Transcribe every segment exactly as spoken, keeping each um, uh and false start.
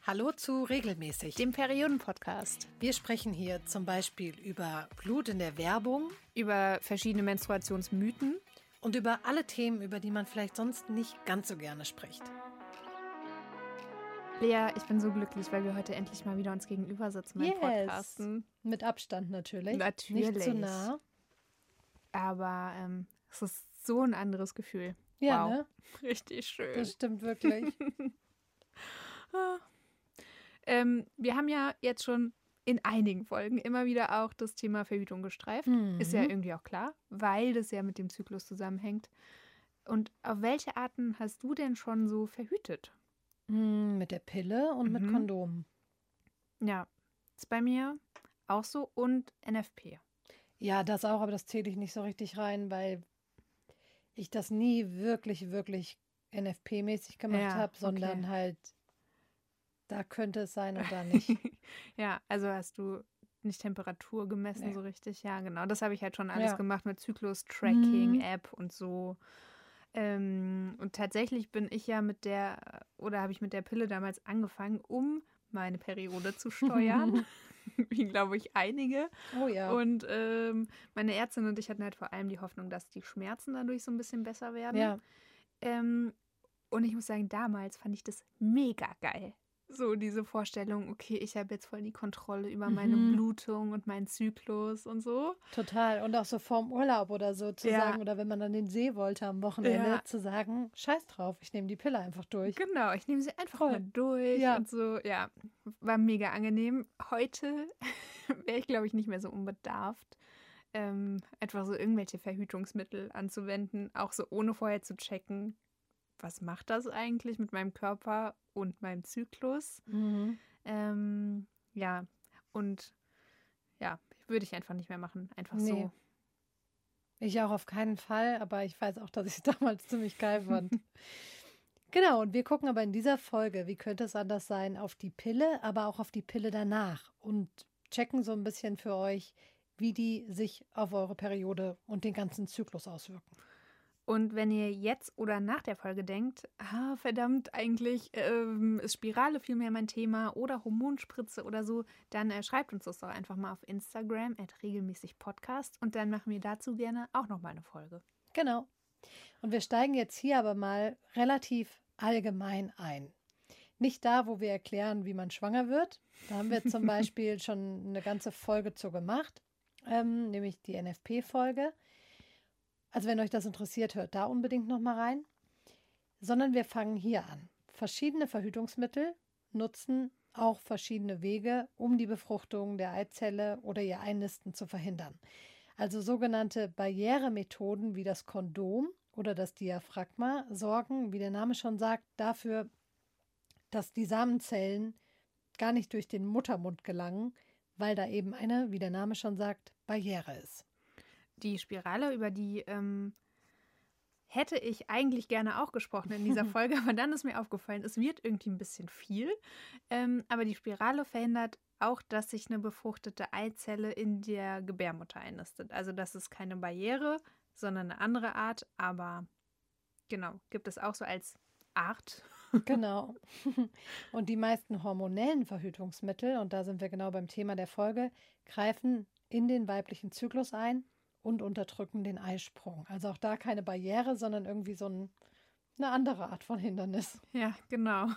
Hallo zu Regelmäßig, dem Perioden-Podcast. Wir sprechen hier zum Beispiel über Blut in der Werbung, über verschiedene Menstruationsmythen und über alle Themen, über die man vielleicht sonst nicht ganz so gerne spricht. Lea, ich bin so glücklich, weil wir heute endlich mal wieder uns gegenüber sitzen beim yes. Podcasten. Mit Abstand natürlich. Natürlich. Nicht zu nah. Aber ähm, es ist so ein anderes Gefühl. Ja, wow. ne? Richtig schön. Das stimmt wirklich. ah. ähm, wir haben ja jetzt schon in einigen Folgen immer wieder auch das Thema Verhütung gestreift. Mhm. Ist ja irgendwie auch klar, weil das ja mit dem Zyklus zusammenhängt. Und auf welche Arten hast du denn schon so verhütet? Mm, mit der Pille und Mhm. mit Kondom. Ja, ist bei mir auch so und N F P. Ja, das auch, aber das zähle ich nicht so richtig rein, weil ich das nie wirklich, wirklich N F P-mäßig gemacht Ja, habe, sondern okay. halt, da könnte es sein und da nicht. Ja, also hast du nicht Temperatur gemessen Nee. so richtig? Ja, genau. Das habe ich halt schon alles Ja. gemacht mit Zyklus-Tracking, Mhm. App und so. Ähm, und tatsächlich bin ich ja mit der, oder habe ich mit der Pille damals angefangen, um meine Periode zu steuern. Wie, glaube ich, einige. Oh ja. Und ähm, meine Ärztin und ich hatten halt vor allem die Hoffnung, dass die Schmerzen dadurch so ein bisschen besser werden. Ja. Ähm, und ich muss sagen, damals fand ich das mega geil. So diese Vorstellung, okay, ich habe jetzt voll die Kontrolle über meine Mhm. Blutung und meinen Zyklus und so. Total. Und auch so vorm Urlaub oder so zu Ja. sagen, oder wenn man an den See wollte am Wochenende, Ja. zu sagen, scheiß drauf, ich nehme die Pille einfach durch. Genau, ich nehme sie einfach Voll. mal durch Ja. und so. Ja, war mega angenehm. Heute wäre ich, glaube ich, nicht mehr so unbedarft, ähm, einfach so irgendwelche Verhütungsmittel anzuwenden, auch so ohne vorher zu checken, was macht das eigentlich mit meinem Körper und meinem Zyklus. Mhm. Ähm, ja, und ja, würde ich einfach nicht mehr machen. Einfach Nee. so. Ich auch auf keinen Fall, aber ich weiß auch, dass ich es damals ziemlich geil fand. Genau, und wir gucken aber in dieser Folge, wie könnte es anders sein, auf die Pille, aber auch auf die Pille danach und checken so ein bisschen für euch, wie die sich auf eure Periode und den ganzen Zyklus auswirken. Und wenn ihr jetzt oder nach der Folge denkt, ah, verdammt, eigentlich ähm, ist Spirale viel mehr mein Thema oder Hormonspritze oder so, dann äh, schreibt uns das doch einfach mal auf Instagram at regelmäßig Podcast und dann machen wir dazu gerne auch nochmal eine Folge. Genau. Und wir steigen jetzt hier aber mal relativ allgemein ein. Nicht da, wo wir erklären, wie man schwanger wird. Da haben wir zum Beispiel schon eine ganze Folge zu gemacht, ähm, nämlich die N F P-Folge. Also wenn euch das interessiert, hört da unbedingt nochmal rein. Sondern wir fangen hier an. Verschiedene Verhütungsmittel nutzen auch verschiedene Wege, um die Befruchtung der Eizelle oder ihr Einnisten zu verhindern. Also sogenannte Barrieremethoden wie das Kondom oder das Diaphragma sorgen, wie der Name schon sagt, dafür, dass die Samenzellen gar nicht durch den Muttermund gelangen, weil da eben eine, wie der Name schon sagt, Barriere ist. Die Spirale, über die ähm, hätte ich eigentlich gerne auch gesprochen in dieser Folge, aber dann ist mir aufgefallen, es wird irgendwie ein bisschen viel. Ähm, aber die Spirale verhindert auch, dass sich eine befruchtete Eizelle in der Gebärmutter einnistet. Also das ist keine Barriere, sondern eine andere Art, aber genau, gibt es auch so als Art. Genau. Und die meisten hormonellen Verhütungsmittel, und da sind wir genau beim Thema der Folge, greifen in den weiblichen Zyklus ein und unterdrücken den Eisprung. Also auch da keine Barriere, sondern irgendwie so ein, eine andere Art von Hindernis. Ja, genau.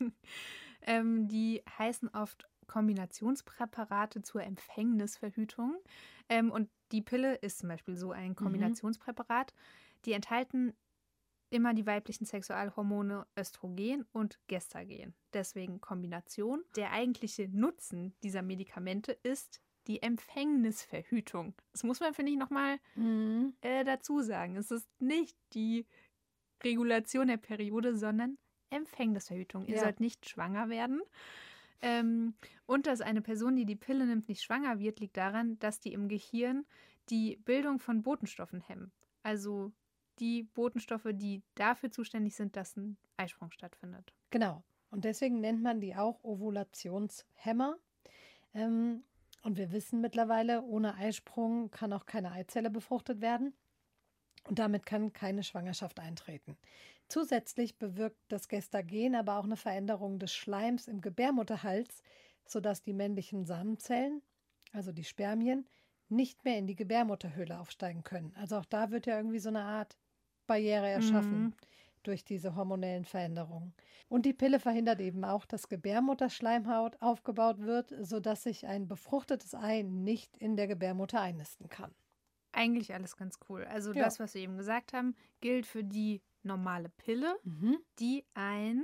ähm, die heißen oft Kombinationspräparate zur Empfängnisverhütung. Ähm, und die Pille ist zum Beispiel so ein Kombinationspräparat. Die enthalten immer die weiblichen Sexualhormone Östrogen und Gestagen. Deswegen Kombination. Der eigentliche Nutzen dieser Medikamente ist die Empfängnisverhütung. Das muss man, finde ich, nochmal Mhm. äh, dazu sagen. Es ist nicht die Regulation der Periode, sondern Empfängnisverhütung. Ihr Ja. sollt nicht schwanger werden. Ähm, und dass eine Person, die die Pille nimmt, nicht schwanger wird, liegt daran, dass die im Gehirn die Bildung von Botenstoffen hemmen. Also die Botenstoffe, die dafür zuständig sind, dass ein Eisprung stattfindet. Genau. Und deswegen nennt man die auch Ovulationshemmer. Ähm, und wir wissen mittlerweile, ohne Eisprung kann auch keine Eizelle befruchtet werden. Und damit kann keine Schwangerschaft eintreten. Zusätzlich bewirkt das Gestagen aber auch eine Veränderung des Schleims im Gebärmutterhals, sodass die männlichen Samenzellen, also die Spermien, nicht mehr in die Gebärmutterhöhle aufsteigen können. Also auch da wird ja irgendwie so eine Art Barriere erschaffen Mhm. durch diese hormonellen Veränderungen. Und die Pille verhindert eben auch, dass Gebärmutterschleimhaut aufgebaut wird, sodass sich ein befruchtetes Ei nicht in der Gebärmutter einnisten kann. Eigentlich alles ganz cool. Also Ja. das, was wir eben gesagt haben, gilt für die normale Pille, Mhm. die ein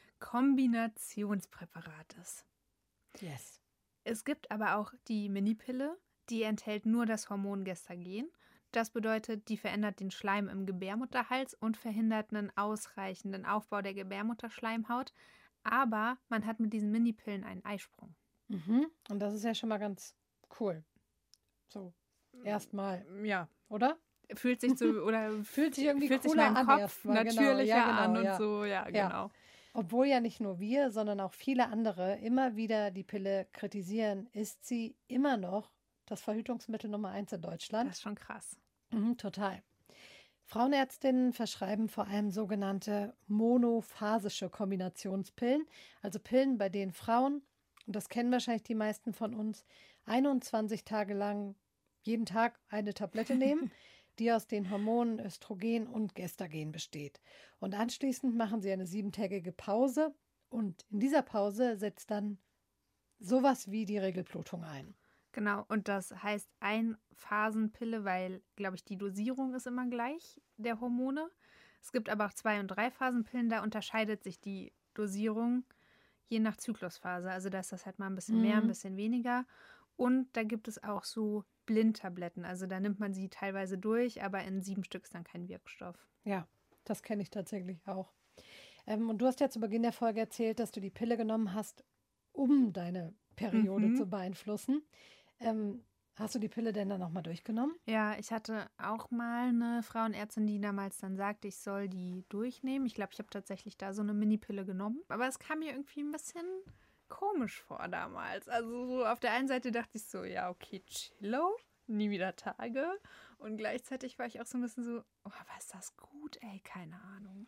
Kombinationspräparat ist. Yes. Es gibt aber auch die Minipille, die enthält nur das Hormon Gestagen. Das bedeutet, die verändert den Schleim im Gebärmutterhals und verhindert einen ausreichenden Aufbau der Gebärmutterschleimhaut. Aber man hat mit diesen Minipillen einen Eisprung. Mhm. Und das ist ja schon mal ganz cool. So, erstmal, Ja. oder? Fühlt sich so oder Fühlt sich irgendwie fühlt sich cooler mein an Kopf erstmal, genau. natürlicher Ja, genau, an und ja. so, ja, Ja. genau. Obwohl ja nicht nur wir, sondern auch viele andere immer wieder die Pille kritisieren, ist sie immer noch das Verhütungsmittel Nummer eins in Deutschland. Das ist schon krass. Mhm, total. Frauenärztinnen verschreiben vor allem sogenannte monophasische Kombinationspillen, also Pillen, bei denen Frauen, und das kennen wahrscheinlich die meisten von uns, einundzwanzig Tage lang jeden Tag eine Tablette nehmen, die aus den Hormonen Östrogen und Gestagen besteht. Und anschließend machen sie eine siebentägige Pause und in dieser Pause setzt dann sowas wie die Regelblutung ein. Genau, und das heißt Einphasenpille, weil, glaube ich, die Dosierung ist immer gleich der Hormone. Es gibt aber auch Zwei- und Dreiphasenpillen, da unterscheidet sich die Dosierung je nach Zyklusphase. Also da ist das halt mal ein bisschen mehr, ein Mhm. bisschen weniger. Und da gibt es auch so Blindtabletten. Also da nimmt man sie teilweise durch, aber in sieben Stück ist dann kein Wirkstoff. Ja, das kenne ich tatsächlich auch. Ähm, und du hast ja zu Beginn der Folge erzählt, dass du die Pille genommen hast, um deine Periode Mhm. zu beeinflussen. Ähm, hast du die Pille denn dann nochmal durchgenommen? Ja, ich hatte auch mal eine Frauenärztin, die damals dann sagte, ich soll die durchnehmen. Ich glaube, ich habe tatsächlich da so eine Minipille genommen. Aber es kam mir irgendwie ein bisschen komisch vor damals. Also so auf der einen Seite dachte ich so, ja, okay, chillo, nie wieder Tage. Und gleichzeitig war ich auch so ein bisschen so, oh, aber ist das gut? Ey, keine Ahnung.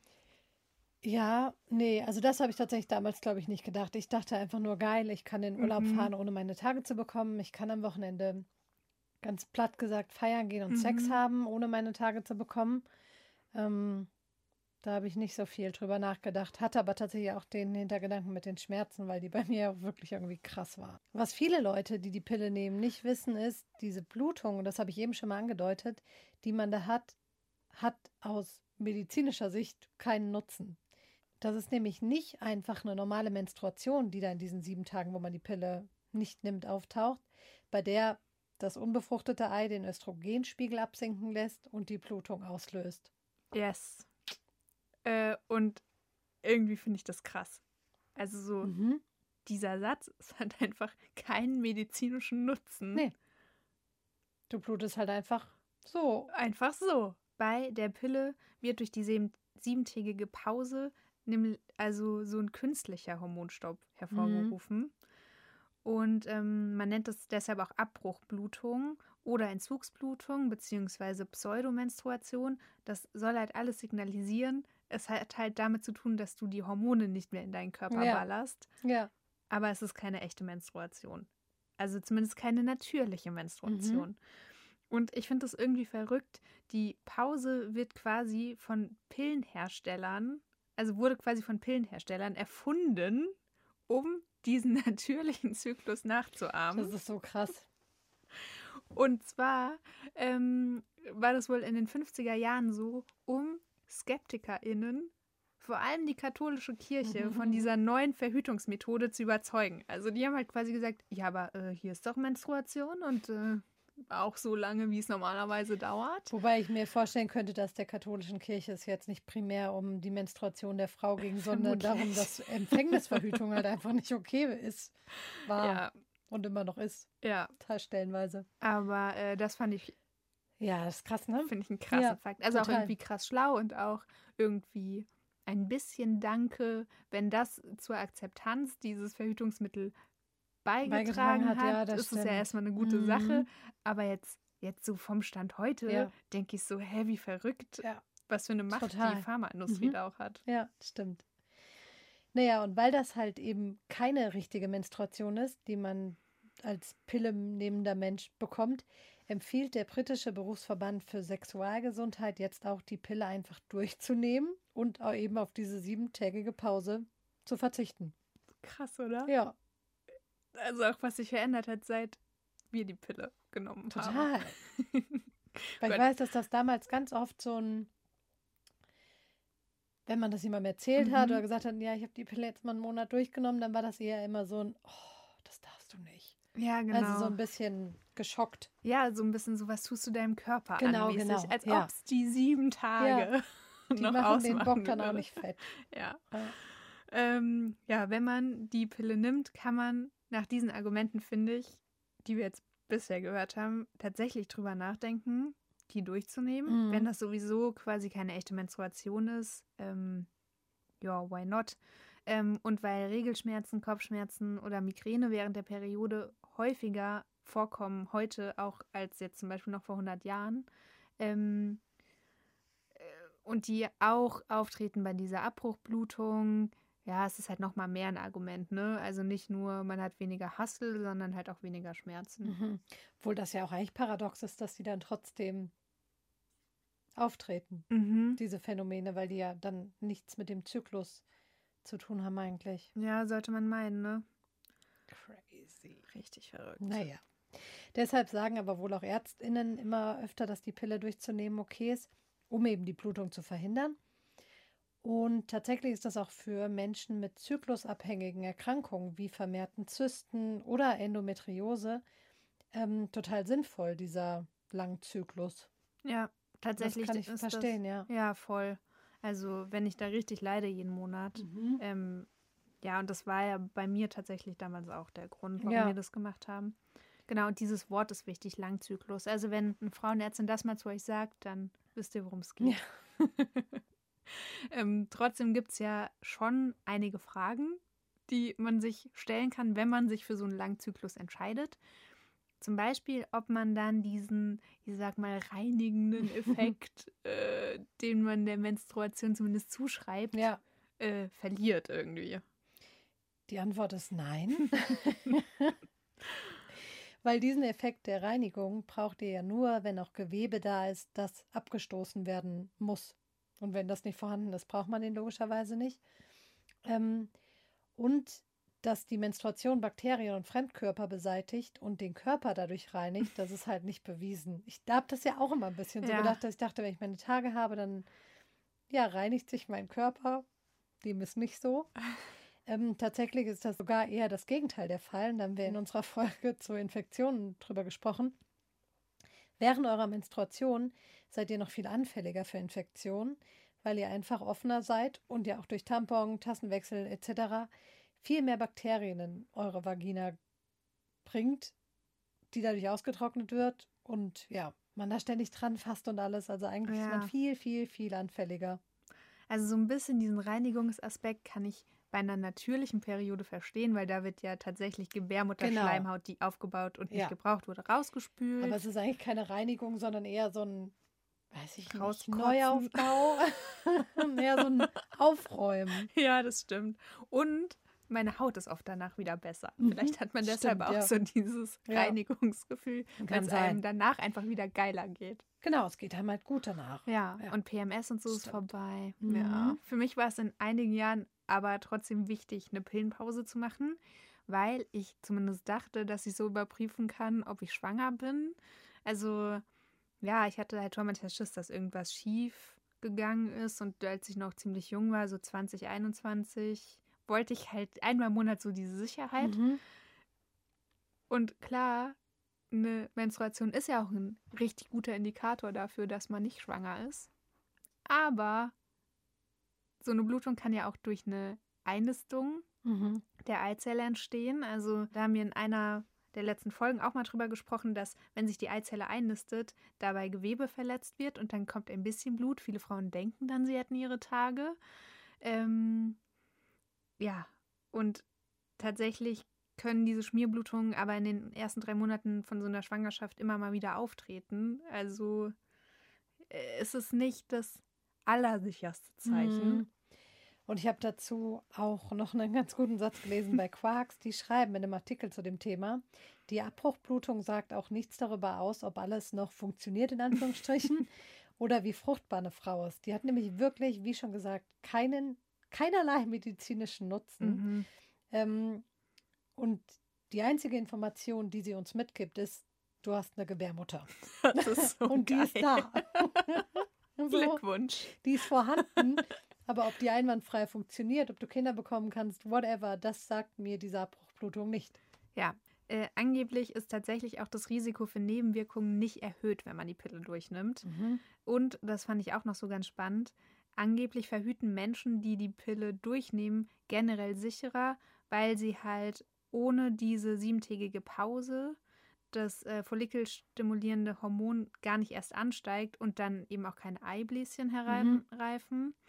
Ja, nee, also das habe ich tatsächlich damals, glaube ich, nicht gedacht. Ich dachte einfach nur, geil, ich kann in Urlaub Mhm. fahren, ohne meine Tage zu bekommen. Ich kann am Wochenende, ganz platt gesagt, feiern gehen und Mhm. Sex haben, ohne meine Tage zu bekommen. Ähm, da habe ich nicht so viel drüber nachgedacht, hatte aber tatsächlich auch den Hintergedanken mit den Schmerzen, weil die bei mir auch wirklich irgendwie krass waren. Was viele Leute, die die Pille nehmen, nicht wissen, ist, diese Blutung, und das habe ich eben schon mal angedeutet, die man da hat, hat aus medizinischer Sicht keinen Nutzen. Das ist nämlich nicht einfach eine normale Menstruation, die da in diesen sieben Tagen, wo man die Pille nicht nimmt, auftaucht, bei der das unbefruchtete Ei den Östrogenspiegel absinken lässt und die Blutung auslöst. Yes. Äh, und irgendwie finde ich das krass. Also so, Mhm. dieser Satz, es hat einfach keinen medizinischen Nutzen. Nee. Du blutest halt einfach so. Einfach so. Bei der Pille wird durch die sieben, siebentägige Pause nimm, also so ein künstlicher Hormonstaub hervorgerufen. Und ähm, man nennt das deshalb auch Abbruchblutung oder Entzugsblutung beziehungsweise Pseudomenstruation. Das soll halt alles signalisieren. Es hat halt damit zu tun, dass du die Hormone nicht mehr in deinen Körper Ja. ballerst. Ja. Aber es ist keine echte Menstruation. Also zumindest keine natürliche Menstruation. Mhm. Und ich finde das irgendwie verrückt. Die Pause wird quasi von Pillenherstellern, also wurde quasi von Pillenherstellern erfunden, um diesen natürlichen Zyklus nachzuahmen. Das ist so krass. Und zwar ähm, war das wohl in den fünfziger Jahren so, um SkeptikerInnen, vor allem die katholische Kirche, von dieser neuen Verhütungsmethode zu überzeugen. Also die haben halt quasi gesagt, ja, aber äh, hier ist doch Menstruation und äh, auch so lange, wie es normalerweise dauert. Wobei ich mir vorstellen könnte, dass der katholischen Kirche es jetzt nicht primär um die Menstruation der Frau ging, sondern Vermutlich. darum, dass Empfängnisverhütung halt einfach nicht okay ist, war Ja, und immer noch ist, ja. stellenweise. Aber äh, das fand ich, Ja, das ist krass, ne? finde ich einen krassen Ja, Fakt. Also total. auch irgendwie krass schlau und auch irgendwie ein bisschen Danke, wenn das zur Akzeptanz dieses Verhütungsmittel beigetragen, Beigetragen hat, hat, ja, das ist es ja stimmt. erstmal eine gute Mhm. Sache. Aber jetzt jetzt so vom Stand heute Ja. denke ich so, hä, wie verrückt, Ja, was für eine Macht total. die Pharmaindustrie Mhm. da auch hat. Ja, stimmt. Naja, und weil das halt eben keine richtige Menstruation ist, die man als pillennehmender Mensch bekommt, empfiehlt der britische Berufsverband für Sexualgesundheit jetzt auch die Pille einfach durchzunehmen und auch eben auf diese siebentägige Pause zu verzichten. Krass, oder? Ja, Also auch was sich verändert hat, seit wir die Pille genommen haben. total. Weil ich Gott. weiß, dass das damals ganz oft so ein, wenn man das jemandem erzählt hat Mhm. oder gesagt hat, ja, ich habe die Pille jetzt mal einen Monat durchgenommen, dann war das eher immer so ein, oh, das darfst du nicht. Ja, genau. Also so ein bisschen geschockt. Ja, so ein bisschen so, was tust du deinem Körper Genau, an, mäßig, genau, als ja. ob es die sieben Tage Die noch machen den ausmachen Bock dann auch würde. nicht fett. Ja. Ja. Ähm, ja, wenn man die Pille nimmt, kann man nach diesen Argumenten, finde ich, die wir jetzt bisher gehört haben, tatsächlich drüber nachdenken, die durchzunehmen. Mhm. Wenn das sowieso quasi keine echte Menstruation ist, ähm, ja, why not? Ähm, und weil Regelschmerzen, Kopfschmerzen oder Migräne während der Periode häufiger vorkommen heute auch als jetzt zum Beispiel noch vor hundert Jahren, ähm, äh, und die auch auftreten bei dieser Abbruchblutung, ja, es ist halt nochmal mehr ein Argument, ne? Also nicht nur, man hat weniger Hassel, sondern halt auch weniger Schmerzen. Mhm. Obwohl das ja auch eigentlich paradox ist, dass die dann trotzdem auftreten, Mhm. diese Phänomene, weil die ja dann nichts mit dem Zyklus zu tun haben eigentlich. Ja, sollte man meinen, ne? Crazy. Richtig verrückt. Naja. Deshalb sagen aber wohl auch ÄrztInnen immer öfter, dass die Pille durchzunehmen okay ist, um eben die Blutung zu verhindern. Und tatsächlich ist das auch für Menschen mit zyklusabhängigen Erkrankungen wie vermehrten Zysten oder Endometriose ähm, total sinnvoll, dieser Langzyklus. Ja, tatsächlich das kann ich ist verstehen, das, ja. Ja, voll. Also wenn ich da richtig leide jeden Monat. Mhm. Ähm, ja, und das war ja bei mir tatsächlich damals auch der Grund, warum Ja. wir das gemacht haben. Genau, und dieses Wort ist wichtig, Langzyklus. Also wenn eine Frauenärztin das mal zu euch sagt, dann wisst ihr, worum es geht. Ja. ähm, trotzdem gibt es ja schon einige Fragen, die man sich stellen kann, wenn man sich für so einen Langzyklus entscheidet. Zum Beispiel, ob man dann diesen, ich sag mal, reinigenden Effekt, äh, den man der Menstruation zumindest zuschreibt, Ja, äh, verliert irgendwie. die Antwort ist nein. Weil diesen Effekt der Reinigung braucht ihr ja nur, wenn auch Gewebe da ist, das abgestoßen werden muss. Und wenn das nicht vorhanden ist, braucht man den logischerweise nicht. Ähm, und dass die Menstruation Bakterien und Fremdkörper beseitigt und den Körper dadurch reinigt, das ist halt nicht bewiesen. Ich habe das ja auch immer ein bisschen so Ja. gedacht, dass ich dachte, wenn ich meine Tage habe, dann ja, reinigt sich mein Körper. Dem ist nicht so. Ähm, tatsächlich ist das sogar eher das Gegenteil der Fall. Da haben wir in unserer Folge zu Infektionen drüber gesprochen. Während eurer Menstruation seid ihr noch viel anfälliger für Infektionen, weil ihr einfach offener seid und ja auch durch Tampon, Tassenwechsel et cetera viel mehr Bakterien in eure Vagina bringt, die dadurch ausgetrocknet wird und ja, man da ständig dran fasst und alles. Also eigentlich ist man Ja. viel, viel, viel anfälliger. Also so ein bisschen diesen Reinigungsaspekt kann ich bei einer natürlichen Periode verstehen, weil da wird ja tatsächlich Gebärmutterschleimhaut, die aufgebaut und nicht Ja. gebraucht wurde, rausgespült. Aber es ist eigentlich keine Reinigung, sondern eher so ein, weiß ich nicht, Rauskotzen. Neuaufbau. Eher so ein Aufräumen. Ja, das stimmt. Und meine Haut ist oft danach wieder besser. Mhm, Vielleicht hat man deshalb stimmt, auch ja. so dieses Ja. Reinigungsgefühl, weil Kann es sein. einem danach einfach wieder geiler geht. Genau, es geht einem halt gut danach. Ja, Ja. und P M S und so ist Stimmt. vorbei. Mhm. Ja. Für mich war es in einigen Jahren aber trotzdem wichtig, eine Pillenpause zu machen, weil ich zumindest dachte, dass ich so überprüfen kann, ob ich schwanger bin. Also, ja, ich hatte halt schon manchmal Schiss, dass irgendwas schief gegangen ist. Und als ich noch ziemlich jung war, so zwanzig einundzwanzig, wollte ich halt einmal im Monat so diese Sicherheit. Mhm. Und klar, eine Menstruation ist ja auch ein richtig guter Indikator dafür, dass man nicht schwanger ist. Aber so eine Blutung kann ja auch durch eine Einnistung Mhm. der Eizelle entstehen. Also da haben wir in einer der letzten Folgen auch mal drüber gesprochen, dass wenn sich die Eizelle einnistet, dabei Gewebe verletzt wird und dann kommt ein bisschen Blut. Viele Frauen denken dann, sie hätten ihre Tage. Ähm, ja, und tatsächlich können diese Schmierblutungen aber in den ersten drei Monaten von so einer Schwangerschaft immer mal wieder auftreten. Also äh, ist es nicht das allersicherste Zeichen. Mhm. Und ich habe dazu auch noch einen ganz guten Satz gelesen bei Quarks. Die schreiben in einem Artikel zu dem Thema, die Abbruchblutung sagt auch nichts darüber aus, ob alles noch funktioniert, in Anführungsstrichen, oder wie fruchtbar eine Frau ist. Die hat nämlich wirklich, wie schon gesagt, keinen, keinerlei medizinischen Nutzen. Mhm. Ähm, und die einzige Information, die sie uns mitgibt, ist, du hast eine Gebärmutter. Das ist so Und die geil. ist da. So, Glückwunsch. die ist vorhanden. Aber ob die einwandfrei funktioniert, ob du Kinder bekommen kannst, whatever, das sagt mir diese Abbruchblutung nicht. Ja, äh, angeblich ist tatsächlich auch das Risiko für Nebenwirkungen nicht erhöht, wenn man die Pille durchnimmt. Mhm. Und, das fand ich auch noch so ganz spannend, angeblich verhüten Menschen, die die Pille durchnehmen, generell sicherer, weil sie halt ohne diese siebentägige Pause das äh, follikelstimulierende Hormon gar nicht erst ansteigt und dann eben auch keine Eibläschen heranreifen. Mhm.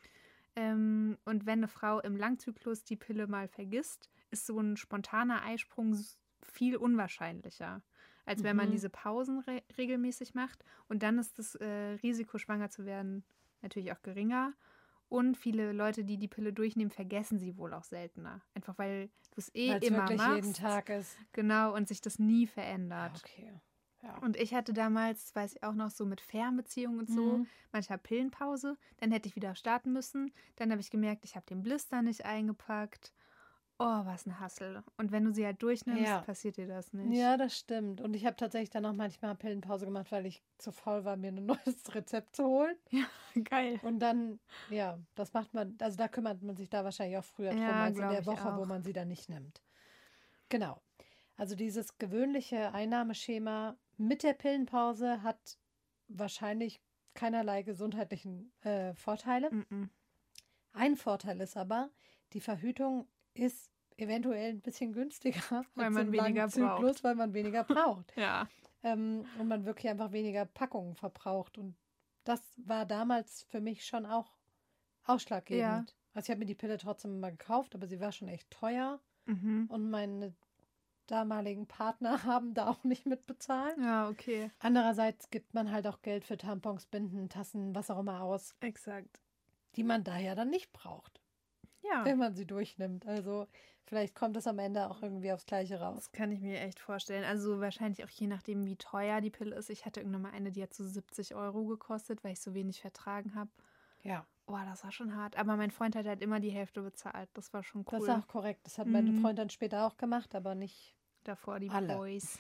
Ähm, und wenn eine Frau im Langzyklus die Pille mal vergisst, ist so ein spontaner Eisprung viel unwahrscheinlicher, als wenn man Mhm. diese Pausen re- regelmäßig macht. Und dann ist das äh, Risiko, schwanger zu werden, natürlich auch geringer. Und viele Leute, die die Pille durchnehmen, vergessen sie wohl auch seltener. Einfach weil du es eh Weil's immer wirklich machst. jeden Tag ist. Genau, und sich das nie Ja, verändert. okay. Ja. Und ich hatte damals, weiß ich auch noch, so mit Fernbeziehungen und so, Mhm. manchmal Pillenpause. Dann hätte ich wieder starten müssen. Dann habe ich gemerkt, ich habe den Blister nicht eingepackt. Oh, was ein Hassel. Und wenn du sie halt durchnimmst, Ja. passiert dir das nicht. Ja, das stimmt. Und ich habe tatsächlich dann auch manchmal Pillenpause gemacht, weil ich zu faul war, mir ein neues Rezept zu holen. Geil. Und dann, ja, das macht man, also da kümmert man sich da wahrscheinlich auch früher drum, Ja, als in glaub der ich Woche, wo auch. man sie dann nicht nimmt. Genau. Also dieses gewöhnliche Einnahmeschema mit der Pillenpause hat wahrscheinlich keinerlei gesundheitlichen äh, Vorteile. Mm-mm. Ein Vorteil ist aber, die Verhütung ist eventuell ein bisschen günstiger Weil als man im weniger langen Zyklus, braucht. weil man weniger braucht. Ja. ähm, und man wirklich einfach weniger Packungen verbraucht. Und das war damals für mich schon auch ausschlaggebend. Ja. Also ich habe mir die Pille trotzdem mal gekauft, aber sie war schon echt teuer. Mhm. Und meine damaligen Partner haben da auch nicht mitbezahlt. Ja, okay. Andererseits gibt man halt auch Geld für Tampons, Binden, Tassen, was auch immer aus, Exakt. die man da ja dann nicht braucht, Ja. wenn man sie durchnimmt. Also vielleicht kommt es am Ende auch irgendwie aufs Gleiche raus. Das kann ich mir echt vorstellen. Also wahrscheinlich auch je nachdem, wie teuer die Pille ist. Ich hatte irgendwann mal eine, die hat so siebzig Euro gekostet, weil ich so wenig vertragen habe. Ja, Oh, das war schon hart. Aber mein Freund hat halt immer die Hälfte bezahlt. Das war schon cool. das ist auch korrekt. Das hat mein Mhm. Freund dann später auch gemacht, aber nicht. Davor die Alle. Boys.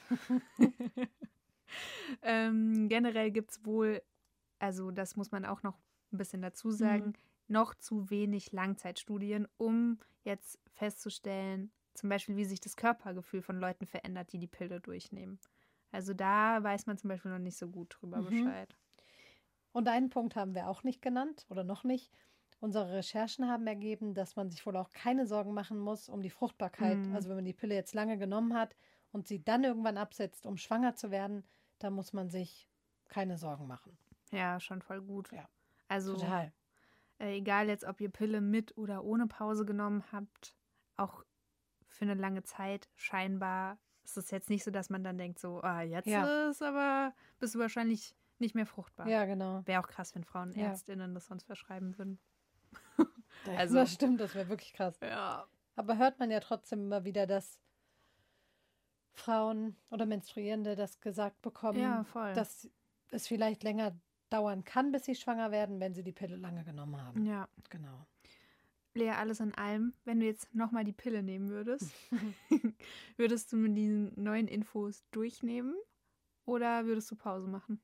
ähm, generell gibt es wohl, also das muss man auch noch ein bisschen dazu sagen, Mhm. noch zu wenig Langzeitstudien, um jetzt festzustellen, zum Beispiel, wie sich das Körpergefühl von Leuten verändert, die die Pille durchnehmen. Also da weiß man zum Beispiel noch nicht so gut drüber Mhm. Bescheid. Und einen Punkt haben wir auch nicht genannt oder noch nicht. Unsere Recherchen haben ergeben, dass man sich wohl auch keine Sorgen machen muss um die Fruchtbarkeit. Mhm. Also wenn man die Pille jetzt lange genommen hat und sie dann irgendwann absetzt, um schwanger zu werden, dann muss man sich keine Sorgen machen. Ja, schon voll gut. Ja, Also Total. äh, egal jetzt, ob ihr Pille mit oder ohne Pause genommen habt, auch für eine lange Zeit scheinbar ist es jetzt nicht so, dass man dann denkt so, ah, jetzt Ja. ist aber, bist du wahrscheinlich nicht mehr fruchtbar. Ja, genau. Wäre auch krass, wenn Frauen Ja. Ärztinnen das sonst verschreiben würden. Also, Also- das stimmt, das wäre wirklich krass. Ja. Aber hört man ja trotzdem immer wieder, dass Frauen oder Menstruierende das gesagt bekommen, Ja, voll. dass es vielleicht länger dauern kann, bis sie schwanger werden, wenn sie die Pille lange genommen haben. Ja. Genau. Lea, alles in allem, wenn du jetzt nochmal die Pille nehmen würdest, würdest du mit diesen neuen Infos durchnehmen oder würdest du Pause machen?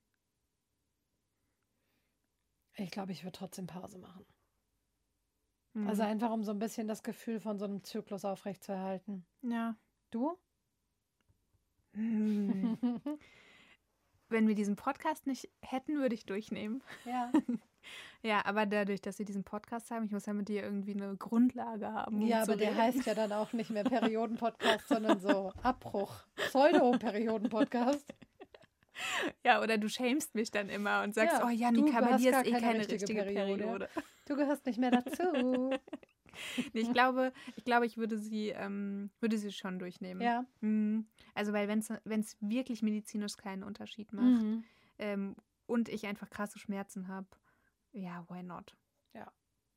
Ich glaube, ich würde trotzdem Pause machen. Mhm. Also einfach, um so ein bisschen das Gefühl von so einem Zyklus aufrechtzuerhalten. ja. Du? Hm. Wenn wir diesen Podcast nicht hätten, würde ich durchnehmen. Ja. Ja, aber dadurch, dass wir diesen Podcast haben, ich muss ja mit dir irgendwie eine Grundlage haben. Um Ja, zu aber der reden. heißt ja dann auch nicht mehr Perioden-Podcast, sondern so Abbruch. Pseudo-Perioden-Podcast. Ja, oder du schämst mich dann immer und sagst, Ja, oh du Janika, bei hast dir gar ist eh keine keine richtige richtige Periode. Periode. Du gehörst nicht mehr dazu. Nee, ich glaube, ich glaube, ich würde sie, ähm, würde sie schon durchnehmen. Ja. Mhm. Also, weil wenn es wirklich medizinisch keinen Unterschied macht Mhm. ähm, und ich einfach krasse Schmerzen habe, ja, why not? Ja.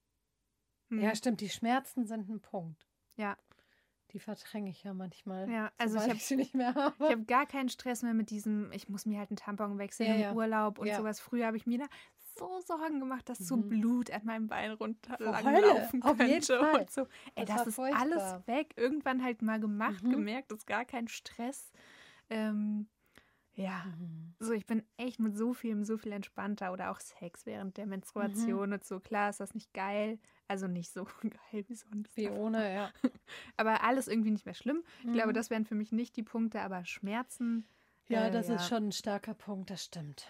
Mhm. Ja, stimmt, die Schmerzen sind ein Punkt. Ja. Die verdränge ich ja manchmal, Ja, also sobald ich habe ich sie nicht mehr habe. ich habe gar keinen Stress mehr mit diesem, ich muss mir halt einen Tampon wechseln Ja, im ja. Urlaub und Ja. sowas. Früher habe ich mir da so Sorgen gemacht, dass so Mhm. Blut an meinem Bein Hölle, runterlaufen auf jeden könnte Fall. und so. Ey, Das das, war ist furchtbar. alles weg. Irgendwann halt mal gemacht, Mhm. gemerkt, ist gar kein Stress. Ähm, ja, Mhm. so ich bin echt mit so vielem so viel entspannter oder auch Sex während der Menstruation Mhm. und so. Klar ist das nicht geil, also nicht so geil wie sonst. Wie aber- ohne, ja. Aber alles irgendwie nicht mehr schlimm. Ich Mhm. glaube, das wären für mich nicht die Punkte, aber Schmerzen, Ja, äh, das ja. ist schon ein starker Punkt, das stimmt.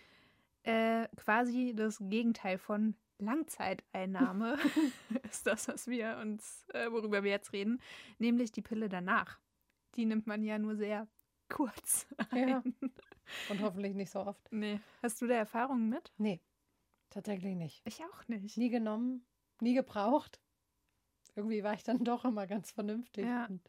äh, quasi das Gegenteil von Langzeiteinnahme ist das, was wir uns, äh, worüber wir jetzt reden, nämlich die Pille danach. Die nimmt man ja nur sehr kurz ein. Ja. Und hoffentlich nicht so oft. Nee. Hast du da Erfahrungen mit? Nee, tatsächlich nicht. Ich auch nicht. Nie genommen, nie gebraucht. Irgendwie war ich dann doch immer ganz vernünftig. Ja. Und,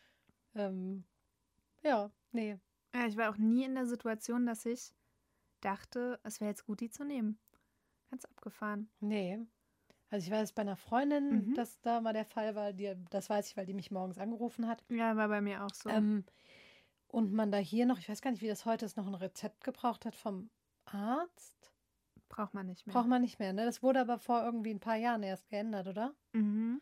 ähm, ja, nee. Ja, ich war auch nie in der Situation, dass ich dachte, es wäre jetzt gut, die zu nehmen. Ganz abgefahren. Nee. Also ich weiß bei einer Freundin, Mhm. dass da mal der Fall war, die, das weiß ich, weil die mich morgens angerufen hat. Ja, war bei mir auch so. Ähm, und man da hier noch, ich weiß gar nicht, wie das heute ist, noch ein Rezept gebraucht hat vom Arzt. Braucht man nicht mehr. Braucht man nicht mehr, ne? Das wurde aber vor irgendwie ein paar Jahren erst geändert, oder? Mhm.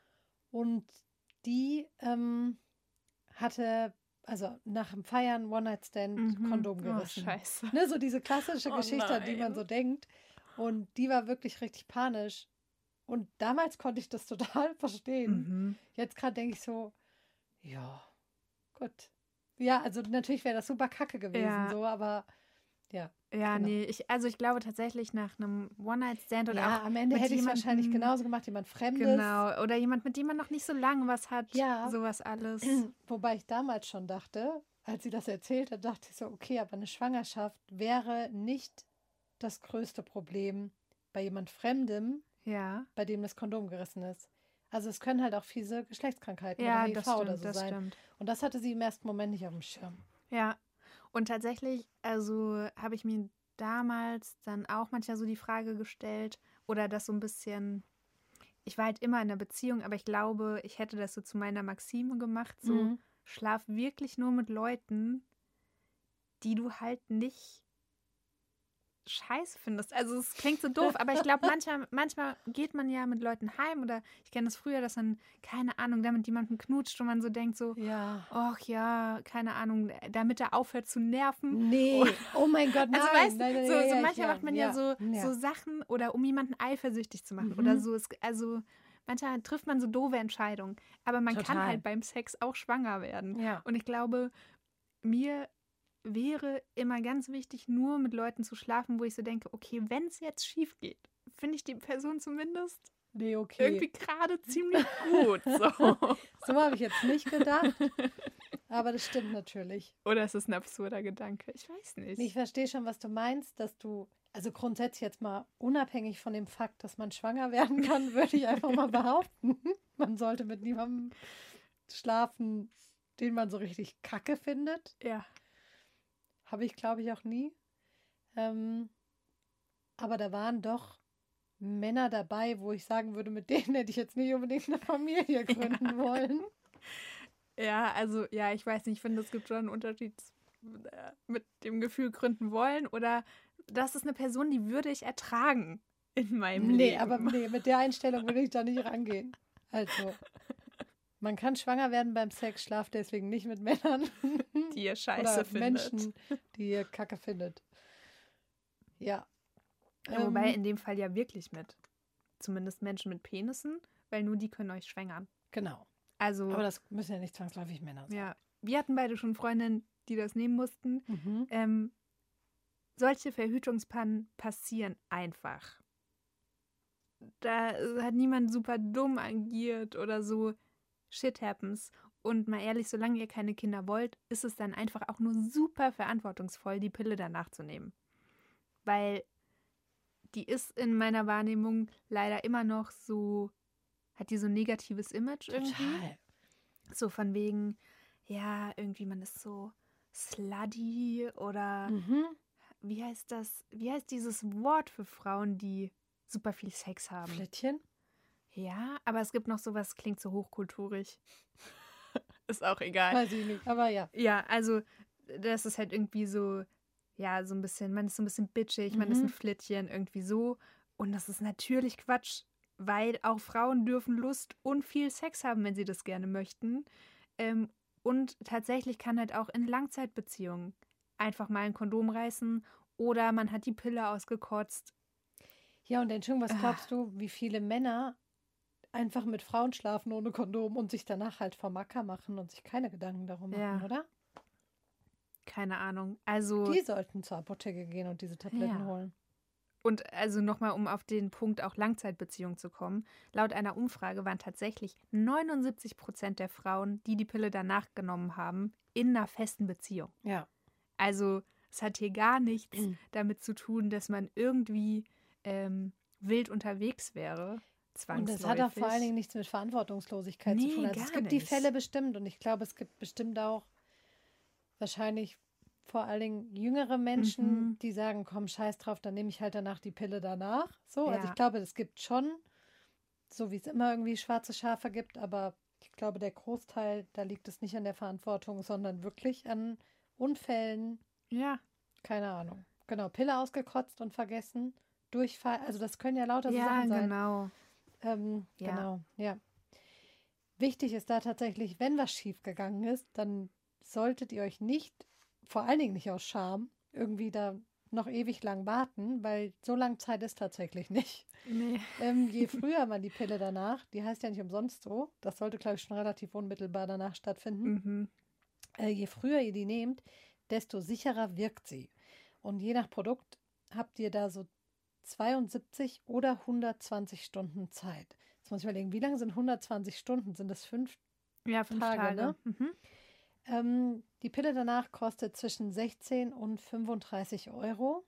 Und die ähm, hatte, also nach dem Feiern, One-Night-Stand, Mhm. Kondom Oh, gerissen. scheiße. Ne, so diese klassische Oh Geschichte, an die man nein. so denkt. Und die war wirklich richtig panisch. Und damals konnte ich das total verstehen. Mhm. Jetzt gerade denke ich so, ja, gut. Ja, also natürlich wäre das super kacke gewesen, Ja. so, aber ja. Ja, Genau. nee, ich, also ich glaube tatsächlich nach einem One-Night-Stand oder Ja, auch am Ende mit hätte ich es wahrscheinlich jemandem- genauso gemacht, jemand Fremdes. Genau, oder jemand, mit dem man noch nicht so lange was hat, Ja. sowas alles. Wobei ich damals schon dachte, als sie das erzählt hat, dachte ich so, okay, aber eine Schwangerschaft wäre nicht das größte Problem bei jemand Fremdem, Ja, bei dem das Kondom gerissen ist. Also es können halt auch fiese Geschlechtskrankheiten ja, oder das H I V stimmt, oder so das sein. stimmt. Und das hatte sie im ersten Moment nicht auf dem Schirm. Ja, und tatsächlich, also habe ich mir damals dann auch manchmal so die Frage gestellt oder das so ein bisschen, ich war halt immer in einer Beziehung, aber ich glaube, ich hätte das so zu meiner Maxime gemacht, so Mhm. schlaf wirklich nur mit Leuten, die du halt nicht scheiße findest. Also es klingt so doof, aber ich glaube, manchmal, manchmal geht man ja mit Leuten heim oder ich kenne das früher, dass man, keine Ahnung, da mit jemandem knutscht und man so denkt so, Ja. ach ja, keine Ahnung, damit er aufhört zu nerven. Nee, oh mein Gott, nein. Also weißt du, nein, nein, so, ja, so ja, manchmal ja, macht man ja, so, ja. so Sachen oder um jemanden eifersüchtig zu machen Mhm. oder so. Es, also manchmal trifft man so doofe Entscheidungen, aber man kann Total. halt beim Sex auch schwanger werden. Ja. Und ich glaube, mir wäre immer ganz wichtig, nur mit Leuten zu schlafen, wo ich so denke, okay, wenn es jetzt schief geht, finde ich die Person zumindest Nee, okay. irgendwie gerade ziemlich gut. So. So habe ich jetzt nicht gedacht. Aber das stimmt natürlich. Oder ist es ein absurder Gedanke? Ich weiß nicht. Ich verstehe schon, was du meinst, dass du, also grundsätzlich jetzt mal unabhängig von dem Fakt, dass man schwanger werden kann, würde ich einfach mal behaupten, man sollte mit niemandem schlafen, den man so richtig kacke findet. Ja. Habe ich, glaube ich, auch nie. Ähm, aber da waren doch Männer dabei, wo ich sagen würde, mit denen hätte ich jetzt nicht unbedingt eine Familie gründen ja. wollen. Ja, also, ja, ich weiß nicht, ich finde, es gibt schon einen Unterschied äh, mit dem Gefühl gründen wollen oder das ist eine Person, die würde ich ertragen in meinem nee, Leben. Nee, aber nee, mit der Einstellung würde ich da nicht rangehen. Also, man kann schwanger werden beim Sex, schlaft deswegen nicht mit Männern, die ihr scheiße oder findet. Menschen, die ihr kacke findet. Ja. ja wobei in dem Fall ja wirklich mit. Zumindest Menschen mit Penissen, weil nur die können euch schwängern. Genau. Also, aber das müssen ja nicht zwangsläufig Männer sein. Ja, wir hatten beide schon Freundinnen, die das nehmen mussten. Mhm. Ähm, solche Verhütungspannen passieren einfach. Da hat niemand super dumm agiert oder so. Shit happens. Und mal ehrlich, solange ihr keine Kinder wollt, ist es dann einfach auch nur super verantwortungsvoll, die Pille danach zu nehmen. Weil die ist in meiner Wahrnehmung leider immer noch so hat die so ein negatives Image irgendwie. Total. So von wegen, ja, irgendwie man ist so slutty oder Mhm. wie heißt das? Wie heißt dieses Wort für Frauen, die super viel Sex haben? Flittchen? Ja, aber es gibt noch sowas, klingt so hochkulturig. Ist auch egal. Weiß ich nicht, aber ja. Ja, also das ist halt irgendwie so, ja, so ein bisschen, man ist so ein bisschen bitchig, man ist ein Mhm. Flittchen, irgendwie so. Und das ist natürlich Quatsch, weil auch Frauen dürfen Lust und viel Sex haben, wenn sie das gerne möchten. Ähm, und tatsächlich kann halt auch in Langzeitbeziehungen einfach mal ein Kondom reißen oder man hat die Pille ausgekotzt. Ja, und Entschuldigung, was Ah. glaubst du, wie viele Männer einfach mit Frauen schlafen ohne Kondom und sich danach halt vom Acker machen und sich keine Gedanken darum machen, Ja. oder? Keine Ahnung. Also, Die sollten zur Apotheke gehen und diese Tabletten Ja. holen. und also nochmal, um auf den Punkt auch Langzeitbeziehung zu kommen. Laut einer Umfrage waren tatsächlich neunundsiebzig Prozent der Frauen, die die Pille danach genommen haben, in einer festen Beziehung. Ja. Also es hat hier gar nichts damit zu tun, dass man irgendwie ähm, wild unterwegs wäre. Und Zwangsläufig. das hat auch vor allen Dingen nichts mit Verantwortungslosigkeit zu Nee, tun. Also es gar gibt die nicht. Fälle bestimmt und ich glaube, es gibt bestimmt auch wahrscheinlich vor allen Dingen jüngere Menschen, Mhm. die sagen, komm, scheiß drauf, dann nehme ich halt danach die Pille danach. So, also Ja. ich glaube, es gibt schon, so wie es immer irgendwie schwarze Schafe gibt, aber ich glaube, der Großteil, da liegt es nicht an der Verantwortung, sondern wirklich an Unfällen, Ja, keine Ahnung. Genau, Pille ausgekotzt und vergessen, Durchfall, also das können ja lauter so ja, Sachen sein. genau. Ähm, Ja. Genau, ja. Wichtig ist da tatsächlich, wenn was schief gegangen ist, dann solltet ihr euch nicht, vor allen Dingen nicht aus Scham, irgendwie da noch ewig lang warten, weil so lange Zeit ist tatsächlich nicht. Nee. Ähm, je früher man die Pille danach, die heißt ja nicht umsonst so, das sollte, glaube ich, schon relativ unmittelbar danach stattfinden. Mhm. Äh, je früher ihr die nehmt, desto sicherer wirkt sie. Und je nach Produkt habt ihr da so zweiundsiebzig oder hundertzwanzig Stunden Zeit. Jetzt muss ich überlegen, wie lange sind hundertzwanzig Stunden? Sind das fünf? Ja, fünf Tage, Tage. ne? Mhm. Ähm, die Pille danach kostet zwischen sechzehn und fünfunddreißig Euro.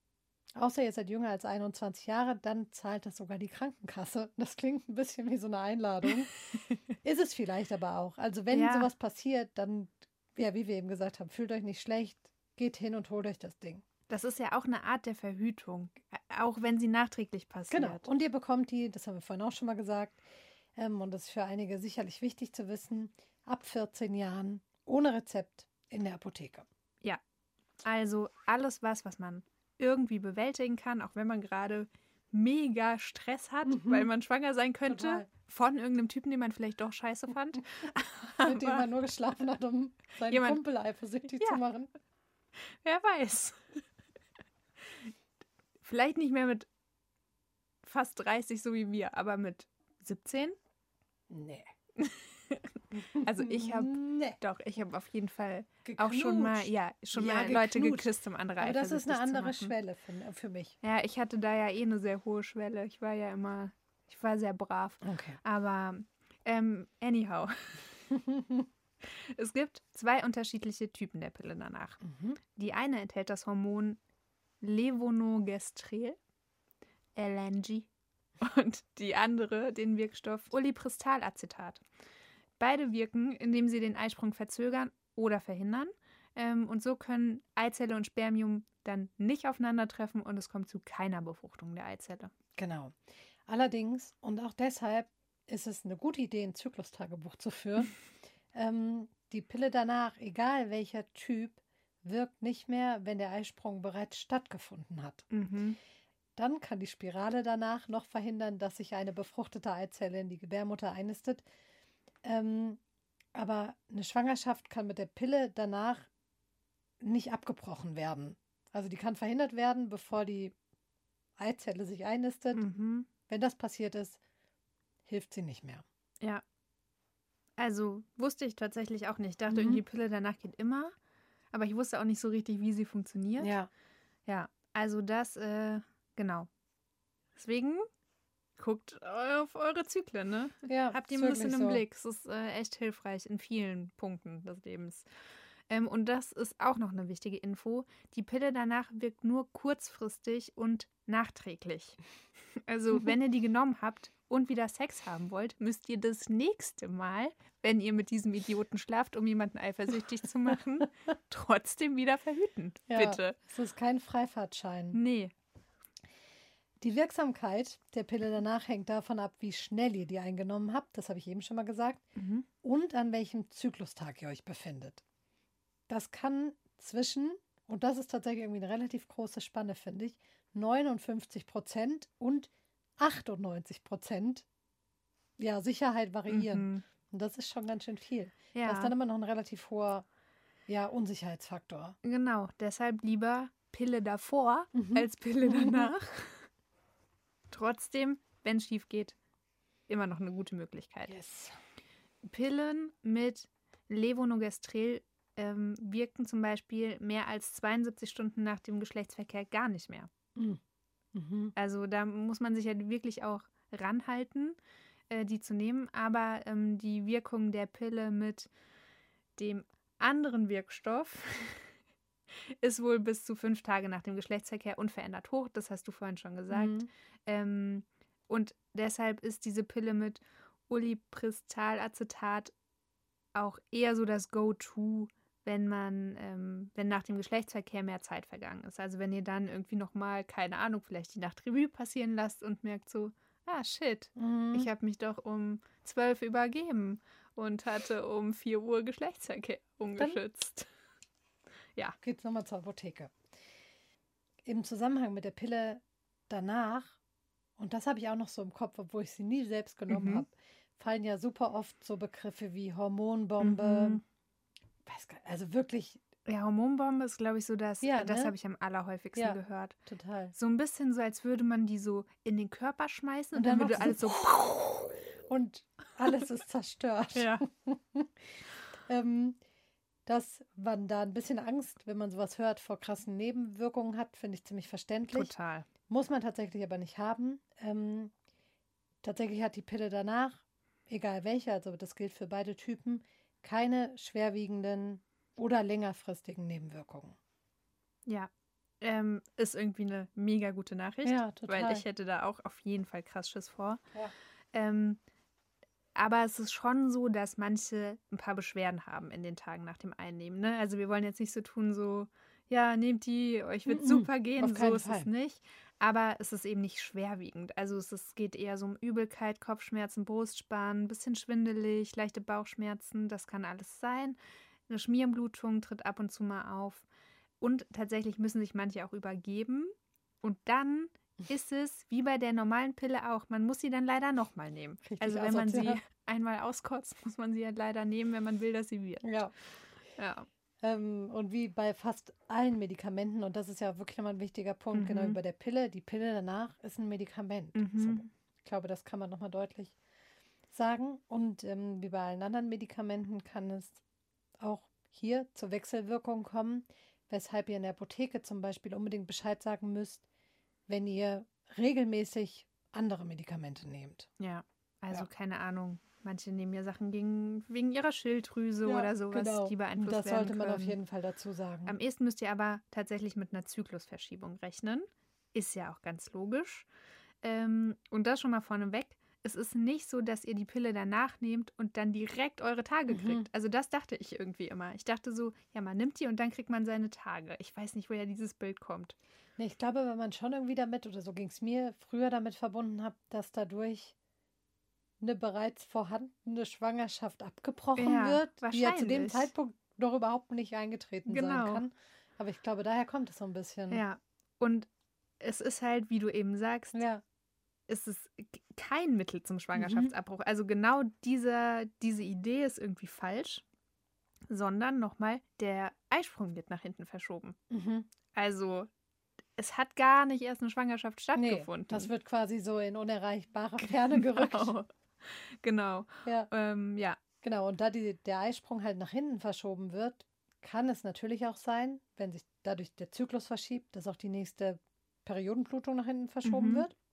Außer ihr seid jünger als einundzwanzig Jahre, dann zahlt das sogar die Krankenkasse. Das klingt ein bisschen wie so eine Einladung. Ist es vielleicht aber auch. Also wenn Ja. sowas passiert, dann, ja, wie wir eben gesagt haben, fühlt euch nicht schlecht, geht hin und holt euch das Ding. Das ist ja auch eine Art der Verhütung, äh, auch wenn sie nachträglich passiert. Genau. Und ihr bekommt die, das haben wir vorhin auch schon mal gesagt, ähm, und das ist für einige sicherlich wichtig zu wissen, ab vierzehn Jahren ohne Rezept in der Apotheke. Ja, also alles was, was man irgendwie bewältigen kann, auch wenn man gerade mega Stress hat, Mhm. weil man schwanger sein könnte Total. von irgendeinem Typen, den man vielleicht doch scheiße fand. Mit dem man nur geschlafen hat, um seinen Jemand- Kumpel eifersüchtig Ja. zu machen. Wer weiß. Vielleicht nicht mehr mit fast dreißig, so wie wir, aber mit siebzehn? Nee. Also ich habe, Nee. doch, ich habe auf jeden Fall auch schon mal, Geknutscht. ja, schon Ja, mal Leute geknutscht. geküsst, um andere Aber das ist eine eifersüchtig zu andere machen. Schwelle für, für mich. Ja, ich hatte da ja eh eine sehr hohe Schwelle. Ich war ja immer, ich war sehr brav. Okay. Aber, ähm, anyhow. Es gibt zwei unterschiedliche Typen der Pille danach. Mhm. Die eine enthält das Hormon Levonorgestrel, L N G, und die andere den Wirkstoff Ulipristal-Acetat. Beide wirken, indem sie den Eisprung verzögern oder verhindern. Ähm, und so können Eizelle und Spermium dann nicht aufeinandertreffen und es kommt zu keiner Befruchtung der Eizelle. Genau. Allerdings, und auch deshalb ist es eine gute Idee, ein Zyklustagebuch zu führen. ähm, die Pille danach, egal welcher Typ, wirkt nicht mehr, wenn der Eisprung bereits stattgefunden hat. Mhm. Dann kann die Spirale danach noch verhindern, dass sich eine befruchtete Eizelle in die Gebärmutter einnistet. Ähm, aber eine Schwangerschaft kann mit der Pille danach nicht abgebrochen werden. Also die kann verhindert werden, bevor die Eizelle sich einnistet. Mhm. Wenn das passiert ist, hilft sie nicht mehr. Ja. Also wusste ich tatsächlich auch nicht. Ich dachte Mhm. irgendwie, Pille danach geht immer. Aber ich wusste auch nicht so richtig, wie sie funktioniert. Ja. Ja, also das, äh, genau. Deswegen guckt auf eure Zyklen, ne? Ja, Habt ist ihr ein bisschen wirklich im so. Blick. Es ist äh, echt hilfreich in vielen Punkten des Lebens. Ähm, und das ist auch noch eine wichtige Info. Die Pille danach wirkt nur kurzfristig und nachträglich. Also wenn ihr die genommen habt und wieder Sex haben wollt, müsst ihr das nächste Mal, wenn ihr mit diesem Idioten schlaft, um jemanden eifersüchtig zu machen, trotzdem wieder verhüten. Ja, Bitte. es ist kein Freifahrtschein. Nee. Die Wirksamkeit der Pille danach hängt davon ab, wie schnell ihr die eingenommen habt, das habe ich eben schon mal gesagt, Mhm. und an welchem Zyklustag ihr euch befindet. Das kann zwischen, und das ist tatsächlich irgendwie eine relativ große Spanne, finde ich, neunundfünfzig Prozent und achtundneunzig Prozent ja, Sicherheit variieren. Mhm. Und das ist schon ganz schön viel. Ja. Das ist dann immer noch ein relativ hoher ja, Unsicherheitsfaktor. Genau, deshalb lieber Pille davor Mhm. als Pille danach. Trotzdem, wenn es schief geht, immer noch eine gute Möglichkeit. Yes. Pillen mit Levonorgestrel ähm, wirken zum Beispiel mehr als zweiundsiebzig Stunden nach dem Geschlechtsverkehr gar nicht mehr. Mhm. Mhm. Also da muss man sich ja wirklich auch ranhalten, äh, die zu nehmen. Aber ähm, die Wirkung der Pille mit dem anderen Wirkstoff ist wohl bis zu fünf Tage nach dem Geschlechtsverkehr unverändert hoch. Das hast du vorhin schon gesagt. Mhm. Ähm, und deshalb ist diese Pille mit Ulipristal-Acetat auch eher so das Go-To, wenn man, ähm, wenn nach dem Geschlechtsverkehr mehr Zeit vergangen ist. Also wenn ihr dann irgendwie nochmal, keine Ahnung, vielleicht die Nacht Revue passieren lasst und merkt so, ah shit, Mhm. ich habe mich doch um zwölf übergeben und hatte um vier Uhr Geschlechtsverkehr ungeschützt. Ja. Geht's nochmal zur Apotheke. Im Zusammenhang mit der Pille danach, und das habe ich auch noch so im Kopf, obwohl ich sie nie selbst genommen Mhm. habe, fallen ja super oft so Begriffe wie Hormonbombe. Mhm. Weiß gar, also wirklich Ja, Hormonbombe ist, glaube ich, so das, Ja, das ne? habe ich am allerhäufigsten Ja. gehört. total. So ein bisschen so, als würde man die so in den Körper schmeißen und, Und dann, dann würde macht alles sie so. Und alles ist zerstört. Ja. ähm, dass man da ein bisschen Angst, wenn man sowas hört, vor krassen Nebenwirkungen hat, finde ich ziemlich verständlich. Total. Muss man tatsächlich aber nicht haben. Ähm, tatsächlich hat die Pille danach, egal welche, also das gilt für beide Typen, keine schwerwiegenden oder längerfristigen Nebenwirkungen. Ja. Ähm, ist irgendwie eine mega gute Nachricht. Ja, total. Weil ich hätte da auch auf jeden Fall krass Schiss vor. Ja. Ähm, aber es ist schon so, dass manche ein paar Beschwerden haben in den Tagen nach dem Einnehmen. Ne? Also wir wollen jetzt nicht so tun, so, ja, nehmt die, euch wird Mhm, super gehen. auf So keinen ist es Fall. nicht. Aber es ist eben nicht schwerwiegend. Also es ist, geht eher so um Übelkeit, Kopfschmerzen, Brustspannen, ein bisschen schwindelig, leichte Bauchschmerzen. Das kann alles sein. Eine Schmierenblutung tritt ab und zu mal auf. Und tatsächlich müssen sich manche auch übergeben. Und dann ist es wie bei der normalen Pille auch. Man muss sie dann leider nochmal nehmen. Richtig Also wenn man sie asozial. einmal auskotzt, muss man sie halt leider nehmen, wenn man will, dass sie wirkt. Ja. Ja. Ähm, und wie bei fast allen Medikamenten, und das ist ja wirklich nochmal ein wichtiger Punkt, Mhm. genau wie bei der Pille, die Pille danach ist ein Medikament. Mhm. So, ich glaube, das kann man nochmal deutlich sagen. Und ähm, wie bei allen anderen Medikamenten kann es auch hier zur Wechselwirkung kommen, weshalb ihr in der Apotheke zum Beispiel unbedingt Bescheid sagen müsst, wenn ihr regelmäßig andere Medikamente nehmt. Ja. Also Ja. keine Ahnung. Manche nehmen ja Sachen gegen, wegen ihrer Schilddrüse Ja, oder sowas, genau. die beeinflusst Das werden sollte man können. auf jeden Fall dazu sagen. Am ehesten müsst ihr aber tatsächlich mit einer Zyklusverschiebung rechnen. Ist ja auch ganz logisch. Ähm, und das schon mal vorneweg. Es ist nicht so, dass ihr die Pille danach nehmt und dann direkt eure Tage Mhm. kriegt. Also das dachte ich irgendwie immer. Ich dachte so, ja, man nimmt die und dann kriegt man seine Tage. Ich weiß nicht, woher dieses Bild kommt. Nee, ich glaube, wenn man schon irgendwie damit, oder so ging es mir, früher damit verbunden hat, dass dadurch eine bereits vorhandene Schwangerschaft abgebrochen Ja, wird, die ja zu dem wahrscheinlich. Zeitpunkt noch überhaupt nicht eingetreten sein Genau. kann. Aber ich glaube, daher kommt es so ein bisschen. Ja, und es ist halt, wie du eben sagst, Ja. es ist k- kein Mittel zum Schwangerschaftsabbruch. Also genau dieser, diese Idee ist irgendwie falsch, sondern nochmal, der Eisprung wird nach hinten verschoben. Mhm. Also es hat gar nicht erst eine Schwangerschaft Nee, stattgefunden. das wird quasi so in unerreichbare Ferne gerückt. Genau. Genau. Ja, Ähm, ja. genau. Und da die, der Eisprung halt nach hinten verschoben wird, kann es natürlich auch sein, wenn sich dadurch der Zyklus verschiebt, dass auch die nächste Periodenblutung nach hinten verschoben Mhm. wird.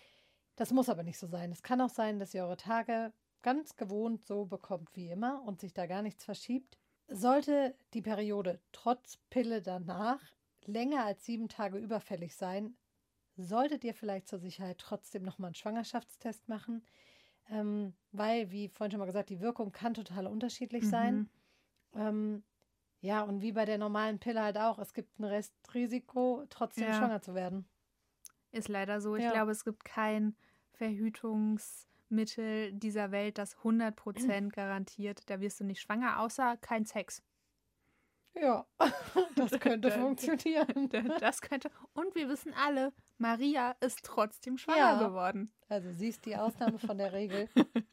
Das muss aber nicht so sein. Es kann auch sein, dass ihr eure Tage ganz gewohnt so bekommt wie immer und sich da gar nichts verschiebt. Sollte die Periode trotz Pille danach länger als sieben Tage überfällig sein, solltet ihr vielleicht zur Sicherheit trotzdem nochmal einen Schwangerschaftstest machen, ähm, weil, wie vorhin schon mal gesagt, die Wirkung kann total unterschiedlich Mhm. sein. Ähm, ja, und wie bei der normalen Pille halt auch, es gibt ein Restrisiko, trotzdem Ja. schwanger zu werden. Ist leider so. Ich Ja. glaube, es gibt kein Verhütungsmittel dieser Welt, das hundert Prozent garantiert, da wirst du nicht schwanger, außer kein Sex. Ja, das könnte Da- funktionieren. Das könnte. Und wir wissen alle, Maria ist trotzdem schwanger Ja. geworden. Also sie ist die Ausnahme von der Regel.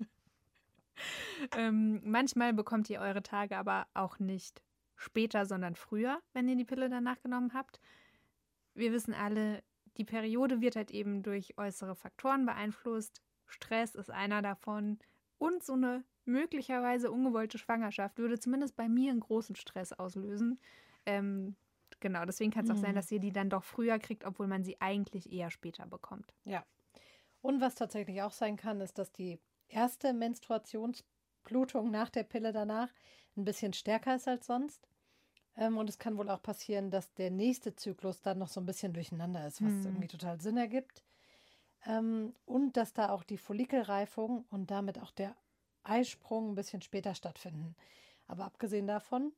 Ähm, manchmal bekommt ihr eure Tage aber auch nicht später, sondern früher, wenn ihr die Pille danach genommen habt. Wir wissen alle, die Periode wird halt eben durch äußere Faktoren beeinflusst. Stress ist einer davon. Und so eine möglicherweise ungewollte Schwangerschaft würde zumindest bei mir einen großen Stress auslösen. Ähm, genau, deswegen kann es auch Mhm. sein, dass ihr die dann doch früher kriegt, obwohl man sie eigentlich eher später bekommt. Ja. Und was tatsächlich auch sein kann, ist, dass die erste Menstruationsblutung nach der Pille danach ein bisschen stärker ist als sonst. Ähm, und es kann wohl auch passieren, dass der nächste Zyklus dann noch so ein bisschen durcheinander ist, was Hm. irgendwie total Sinn ergibt. Ähm, und dass da auch die Follikelreifung und damit auch der Eisprung ein bisschen später stattfinden. Aber abgesehen davon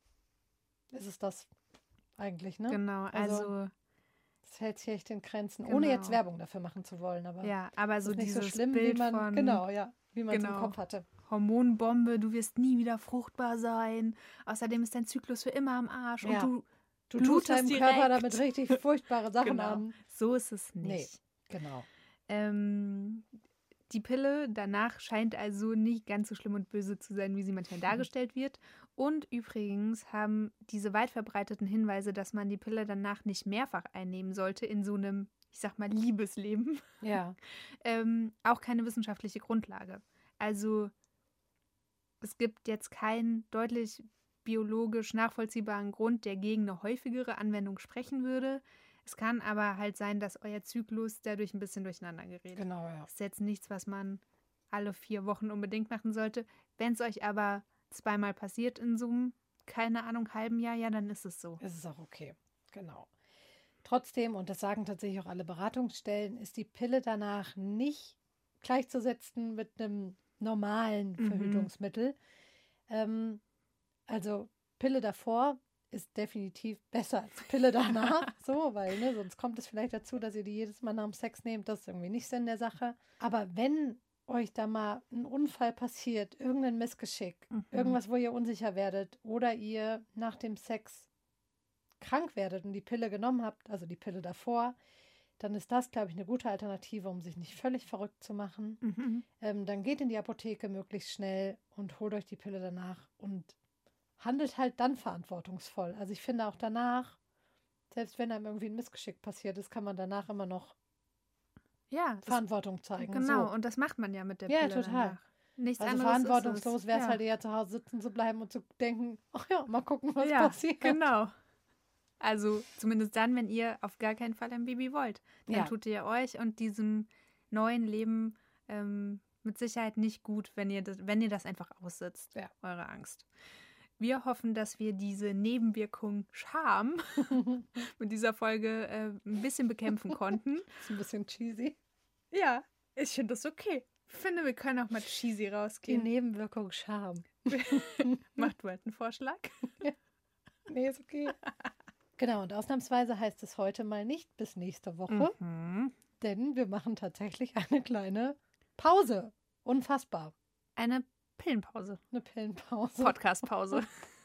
ist es das eigentlich, ne? Genau, Also- also, Das hält sich echt in Grenzen, ohne jetzt Genau. Werbung dafür machen zu wollen. Aber ja, aber es so ist nicht dieses so schlimm, Bild wie man, von genau, ja, wie man es im genau. Kopf hatte. Hormonbombe, du wirst nie wieder fruchtbar sein. Außerdem ist dein Zyklus für immer am Arsch. Ja. Und du, Du Blutest tust deinem Körper direkt. damit richtig furchtbare Sachen Genau. an. so ist es Nee. nicht. Genau. Ähm, die Pille danach scheint also nicht ganz so schlimm und böse zu sein, wie sie manchmal dargestellt wird. Und übrigens haben diese weit verbreiteten Hinweise, dass man die Pille danach nicht mehrfach einnehmen sollte in so einem, ich sag mal, Liebesleben, Ja. ähm, auch keine wissenschaftliche Grundlage. Also es gibt jetzt keinen deutlich biologisch nachvollziehbaren Grund, der gegen eine häufigere Anwendung sprechen würde. Es kann aber halt sein, dass euer Zyklus dadurch ein bisschen durcheinander gerät. Genau, ja. Das ist jetzt nichts, was man alle vier Wochen unbedingt machen sollte. Wenn es euch aber zweimal passiert in so einem, keine Ahnung, halben Jahr, ja, dann ist es so. Es ist auch okay. Genau. Trotzdem, und das sagen tatsächlich auch alle Beratungsstellen, ist die Pille danach nicht gleichzusetzen mit einem normalen Mhm. Verhütungsmittel. Ähm, also Pille davor ist definitiv besser als Pille danach, so, weil ne, sonst kommt es vielleicht dazu, dass ihr die jedes Mal nach dem Sex nehmt. Das ist irgendwie nicht Sinn der Sache. Aber wenn euch da mal ein Unfall passiert, irgendein Missgeschick, Mhm. irgendwas, wo ihr unsicher werdet oder ihr nach dem Sex krank werdet und die Pille genommen habt, also die Pille davor, dann ist das, glaube ich, eine gute Alternative, um sich nicht völlig verrückt zu machen. Mhm. Ähm, dann geht in die Apotheke möglichst schnell und holt euch die Pille danach und handelt halt dann verantwortungsvoll. Also ich finde auch danach, selbst wenn einem irgendwie ein Missgeschick passiert ist, kann man danach immer noch Ja, das, Verantwortung zeigen. genau. So. Und das macht man ja mit der Ja, Pille total. danach. Nichts Also anderes verantwortungslos ist es. wäre es ja. halt eher zu Hause sitzen zu bleiben und zu denken, ach ja, mal gucken, was ja, passiert. Genau. Also zumindest dann, wenn ihr auf gar keinen Fall ein Baby wollt. Dann Ja. tut ihr euch und diesem neuen Leben ähm, mit Sicherheit nicht gut, wenn ihr das, wenn ihr das einfach aussitzt, Ja. eure Angst. Wir hoffen, dass wir diese Nebenwirkung Scham mit dieser Folge äh, ein bisschen bekämpfen konnten. Ist ein bisschen cheesy. Ja, ich finde das okay. Ich finde, wir können auch mal cheesy Die rausgehen. Nebenwirkung Scham. Mach du halt einen Vorschlag. Nee, ist okay. Genau, und ausnahmsweise heißt es heute mal nicht bis nächste Woche, Mhm. denn wir machen tatsächlich eine kleine Pause. Unfassbar. Eine Pillenpause. Eine Pillenpause. Podcastpause.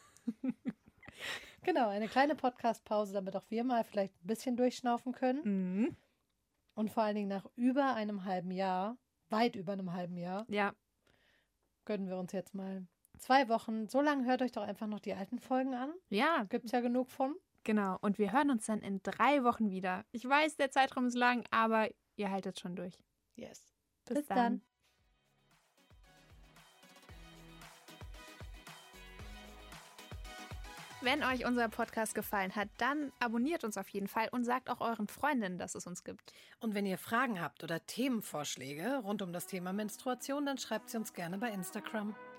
Genau, eine kleine Podcast-Pause, damit auch wir mal vielleicht ein bisschen durchschnaufen können. Mhm. Und vor allen Dingen nach über einem halben Jahr, weit über einem halben Jahr, Ja, gönnen wir uns jetzt mal zwei Wochen. So lange hört euch doch einfach noch die alten Folgen an. ja, Gibt es ja genug von. genau. Und wir hören uns dann in drei Wochen wieder. Ich weiß, der Zeitraum ist lang, aber ihr haltet schon durch. Yes. Bis, Bis dann. dann. Wenn euch unser Podcast gefallen hat, dann abonniert uns auf jeden Fall und sagt auch euren Freundinnen, dass es uns gibt. Und wenn ihr Fragen habt oder Themenvorschläge rund um das Thema Menstruation, dann schreibt sie uns gerne bei Instagram.